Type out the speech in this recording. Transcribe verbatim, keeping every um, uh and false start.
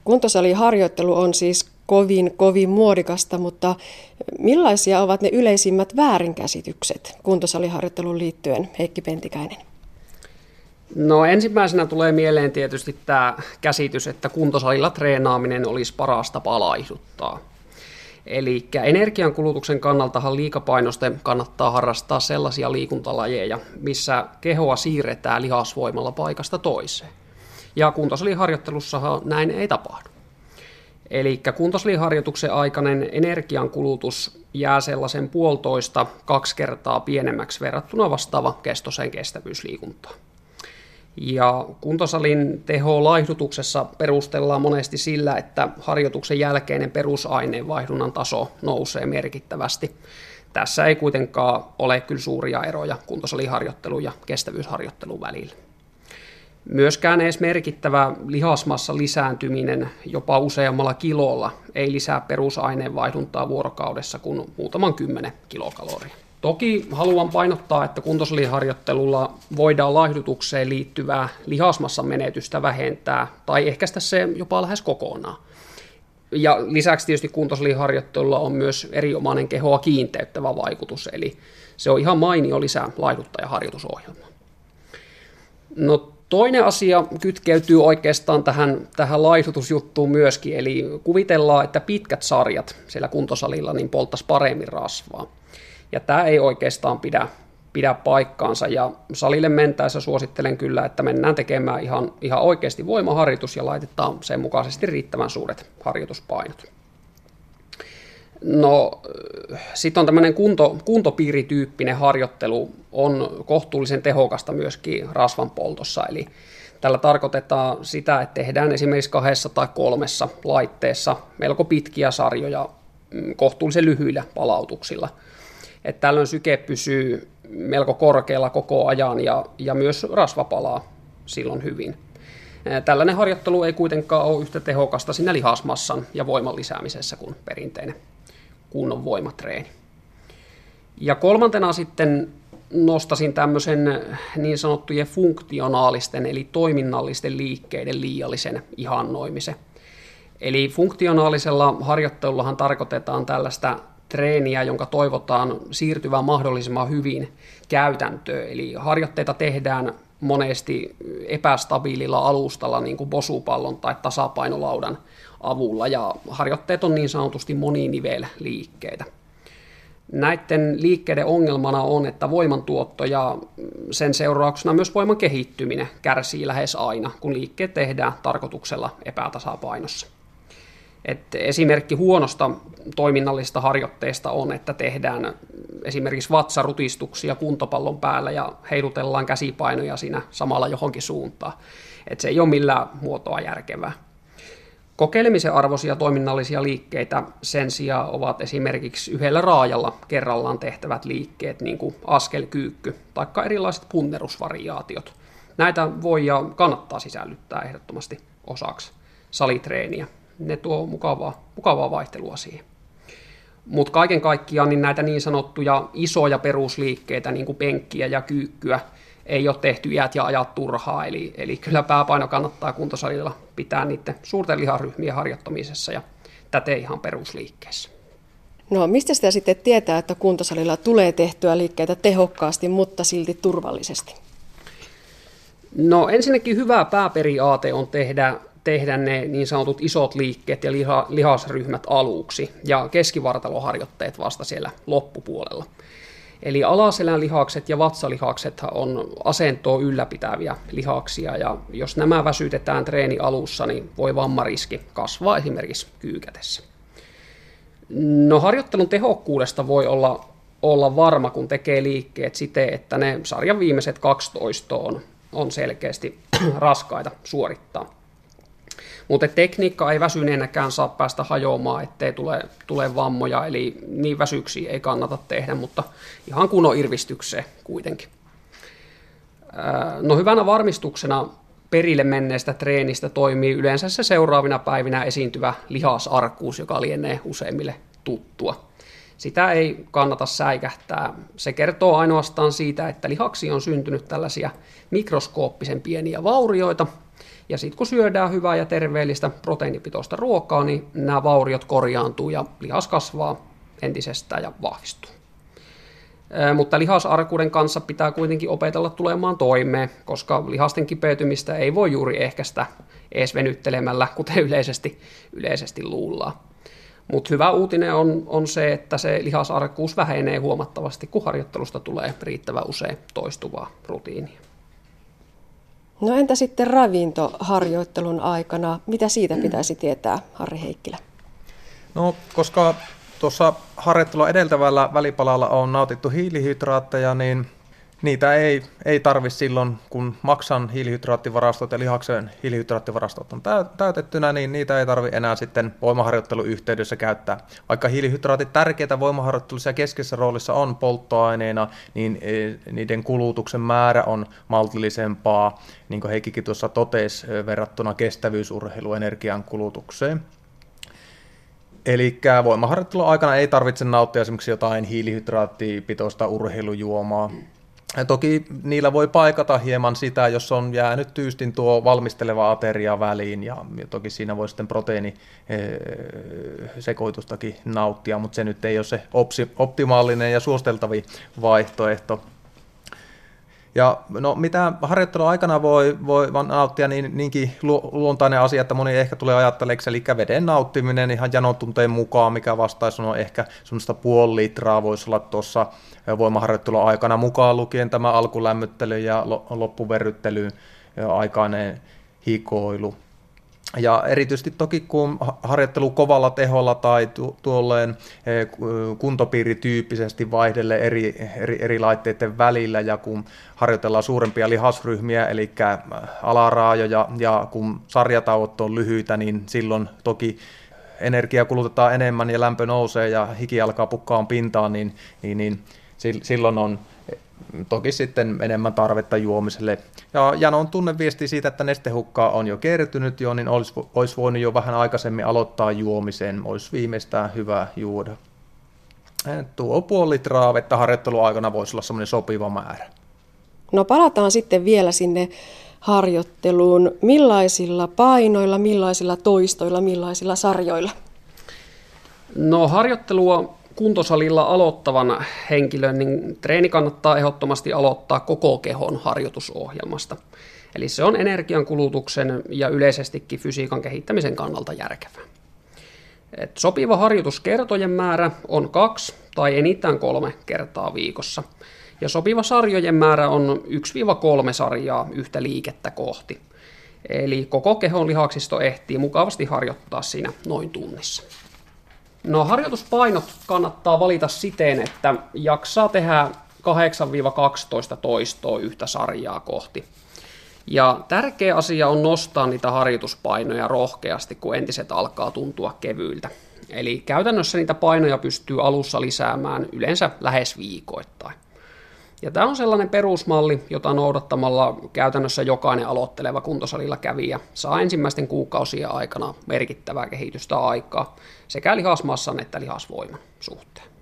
Kuntosaliharjoittelu on siis kovin, kovin muodikasta, mutta millaisia ovat ne yleisimmät väärinkäsitykset kuntosaliharjoitteluun liittyen, Heikki Pentikäinen? No ensimmäisenä tulee mieleen tietysti tämä käsitys, että kuntosalilla treenaaminen olisi paras tapa laihduttaa. Eli energiankulutuksen kannaltahan liikapainosten kannattaa harrastaa sellaisia liikuntalajeja, missä kehoa siirretään lihasvoimalla paikasta toiseen. Ja kuntosaliharjoittelussahan näin ei tapahdu. Eli kuntosaliharjoituksen aikainen energiankulutus jää sellaisen puolitoista kaksi kertaa pienemmäksi verrattuna vastaava kestoiseen kestävyysliikuntaan. Ja kuntosalin teho laihdutuksessa perustellaan monesti sillä, että harjoituksen jälkeinen perusaineenvaihdunnan taso nousee merkittävästi. Tässä ei kuitenkaan ole kyllä suuria eroja kuntosaliharjoittelun ja kestävyysharjoittelun välillä. Myöskään edes merkittävä lihasmassa lisääntyminen jopa useammalla kilolla ei lisää perusaineenvaihduntaa vuorokaudessa kuin muutaman kymmenen kilokaloria. Toki haluan painottaa, että kuntosaliharjoittelulla voidaan laihdutukseen liittyvää lihasmassan menetystä vähentää tai ehkäistä se jopa lähes kokonaan. Ja lisäksi tietysti kuntosaliharjoittelulla on myös erinomainen kehoa kiinteyttävä vaikutus, eli se on ihan mainio lisää laihduttajaharjoitusohjelma. No toinen asia kytkeytyy oikeastaan tähän, tähän laihdutusjuttuun myöskin, eli kuvitellaan, että pitkät sarjat siellä kuntosalilla niin polttaisi paremmin rasvaa. Ja tämä ei oikeastaan pidä, pidä paikkaansa, ja salille mentäessä suosittelen kyllä, että mennään tekemään ihan, ihan oikeasti voimaharjoitus ja laitetaan sen mukaisesti riittävän suuret harjoituspainot. No sitten on tämmöinen kunto, kuntopiirityyppinen harjoittelu, on kohtuullisen tehokasta myöskin rasvan poltossa, eli tällä tarkoitetaan sitä, että tehdään esimerkiksi kahdessa tai kolmessa laitteessa melko pitkiä sarjoja kohtuullisen lyhyillä palautuksilla. Että tällöin syke pysyy melko korkealla koko ajan ja, ja myös rasva palaa silloin hyvin. Tällainen harjoittelu ei kuitenkaan ole yhtä tehokasta siinä lihasmassan ja voiman lisäämisessä kuin perinteinen kunnon voimatreeni. Ja kolmantena sitten nostasin tämmöisen niin sanottujen funktionaalisten eli toiminnallisten liikkeiden liiallisen ihannoimisen. Eli funktionaalisella harjoittelullahan tarkoitetaan tällaista treeniä, jonka toivotaan siirtyvän mahdollisimman hyvin käytäntöön. Eli harjoitteita tehdään monesti epästabiililla alustalla, niin kuin bosupallon tai tasapainolaudan avulla, ja harjoitteet on niin sanotusti moninivel-liikkeitä. Näiden liikkeiden ongelmana on, että voimantuotto ja sen seurauksena myös voiman kehittyminen kärsii lähes aina, kun liikkeet tehdään tarkoituksella epätasapainossa. Et esimerkki huonosta toiminnallisesta harjoitteesta on, että tehdään esimerkiksi vatsarutistuksia kuntopallon päällä ja heilutellaan käsipainoja siinä samalla johonkin suuntaan. Et se ei ole millään muotoa järkevää. Kokeilemisen arvoisia toiminnallisia liikkeitä sen sijaan ovat esimerkiksi yhdellä raajalla kerrallaan tehtävät liikkeet, niin kuin askelkyykky tai erilaiset punnerusvariaatiot. Näitä voi ja kannattaa sisällyttää ehdottomasti osaksi salitreeniä. Ne tuo mukavaa, mukavaa vaihtelua siihen. Mutta kaiken kaikkiaan niin näitä niin sanottuja isoja perusliikkeitä, niin kuin penkkiä ja kyykkyä, ei ole tehty iät ja ajat turhaa, eli, eli kyllä pääpaino kannattaa kuntosalilla pitää niiden suurten liharyhmien harjoittamisessa ja täten ihan perusliikkeessä. No mistä sitä sitten tietää, että kuntosalilla tulee tehtyä liikkeitä tehokkaasti, mutta silti turvallisesti? No ensinnäkin hyvä pääperiaate on tehdä tehdä ne niin sanotut isot liikkeet ja liha, lihasryhmät aluksi ja keskivartaloharjoitteet vasta siellä loppupuolella. Eli alaselän lihakset ja vatsalihakset on asentoa ylläpitäviä lihaksia, ja jos nämä väsytetään treeni alussa, niin voi vammariski kasvaa esimerkiksi kyykätessä. No harjoittelun tehokkuudesta voi olla, olla varma, kun tekee liikkeet siten, että ne sarjan viimeiset kaksitoista on, on selkeästi raskaita suorittaa. Mutta tekniikka ei väsyneenäkään saa päästä hajoamaan, ettei tule, tule vammoja, eli niin väsyksiä ei kannata tehdä, mutta ihan kunnon irvistykseen kuitenkin. No hyvänä varmistuksena perille menneestä treenistä toimii yleensä se seuraavina päivinä esiintyvä lihasarkuus, joka lienee useimmille tuttua. Sitä ei kannata säikähtää. Se kertoo ainoastaan siitä, että lihaksiin on syntynyt tällaisia mikroskooppisen pieniä vaurioita, Ja sitten kun syödään hyvää ja terveellistä proteiinipitoista ruokaa, niin nämä vauriot korjaantuu ja lihas kasvaa entisestään ja vahvistuu. Mutta lihasarkuuden kanssa pitää kuitenkin opetella tulemaan toimeen, koska lihasten kipeytymistä ei voi juuri ehkäistä edes venyttelemällä, kuten yleisesti, yleisesti luullaan. Mutta hyvä uutinen on, on se, että se lihasarkkuus vähenee huomattavasti, kun harjoittelusta tulee riittävän usein toistuvaa rutiinia. No entä sitten ravinto harjoittelun aikana? Mitä siitä pitäisi tietää, Harri Heikkilä? No, koska tuossa harjoittelua edeltävällä välipalalla on nautittu hiilihydraatteja, niin niitä ei, ei tarvitse silloin, kun maksan hiilihydraattivarastot ja lihaksen hiilihydraattivarastot on täytettynä, niin niitä ei tarvitse enää sitten voimaharjoittelun yhteydessä käyttää. Vaikka hiilihydraatit tärkeitä voimaharjoittelussa ja keskeisessä roolissa on polttoaineena, niin niiden kulutuksen määrä on maltillisempaa, niin kuin Heikkikin tuossa totesi, verrattuna kestävyysurheiluenergian kulutukseen. Eli voimaharjoittelun aikana ei tarvitse nauttia esimerkiksi jotain hiilihydraattipitoista urheilujuomaa. Ja toki niillä voi paikata hieman sitä, jos on jäänyt tyystin tuo valmisteleva ateria väliin, ja toki siinä voi sitten proteiinisekoitustakin nauttia, mutta se nyt ei ole se optimaalinen ja suosteltavin vaihtoehto. Ja no, mitä harjoittelun aikana voi, voi nauttia, niin niinkin luontainen asia, että moni ehkä tulee ajatteleeksi, eli veden nauttiminen ihan janotunteen mukaan, mikä vastaisi on ehkä semmoista puoli litraa voisi olla tuossa voimaharjoittelun aikana, mukaan lukien tämä alkulämmittely ja loppuverryttely aikainen hikoilu. Ja erityisesti toki kun harjoittelu kovalla teholla tai tu- tuolleen kuntopiirityyppisesti vaihdelle eri, eri, eri laitteiden välillä ja kun harjoitellaan suurempia lihasryhmiä, eli alaraajoja ja kun sarjatauot on lyhyitä, niin silloin toki energia kulutetaan enemmän ja lämpö nousee ja hiki alkaa pukkaan pintaan, niin, niin, niin silloin on toki sitten enemmän tarvetta juomiselle. Ja Janon tunneviesti siitä, että nestehukkaa on jo kertynyt jo, niin olisi, olisi voinut jo vähän aikaisemmin aloittaa juomisen. Olisi viimeistään hyvä juoda. Tuo puoli litraa vettä harjoittelun aikana voisi olla semmoinen sopiva määrä. No palataan sitten vielä sinne harjoitteluun. Millaisilla painoilla, millaisilla toistoilla, millaisilla sarjoilla? No harjoittelua kuntosalilla aloittavan henkilön, niin treeni kannattaa ehdottomasti aloittaa koko kehon harjoitusohjelmasta. Eli se on energiankulutuksen ja yleisestikin fysiikan kehittämisen kannalta järkevää. Et sopiva harjoituskertojen määrä on kaksi tai enintään kolme kertaa viikossa. Ja sopiva sarjojen määrä on yksi kolme sarjaa yhtä liikettä kohti. Eli koko kehon lihaksisto ehtii mukavasti harjoittaa siinä noin tunnissa. No harjoituspainot kannattaa valita siten, että jaksaa tehdä kahdeksan kaksitoista toistoa yhtä sarjaa kohti. Ja tärkeä asia on nostaa niitä harjoituspainoja rohkeasti, kun entiset alkaa tuntua kevyiltä. Eli käytännössä niitä painoja pystyy alussa lisäämään yleensä lähes viikoittain. Ja tämä on sellainen perusmalli, jota noudattamalla käytännössä jokainen aloitteleva kuntosalilla kävijä saa ensimmäisten kuukausien aikana merkittävää kehitystä aikaa sekä lihasmassan että lihasvoiman suhteen.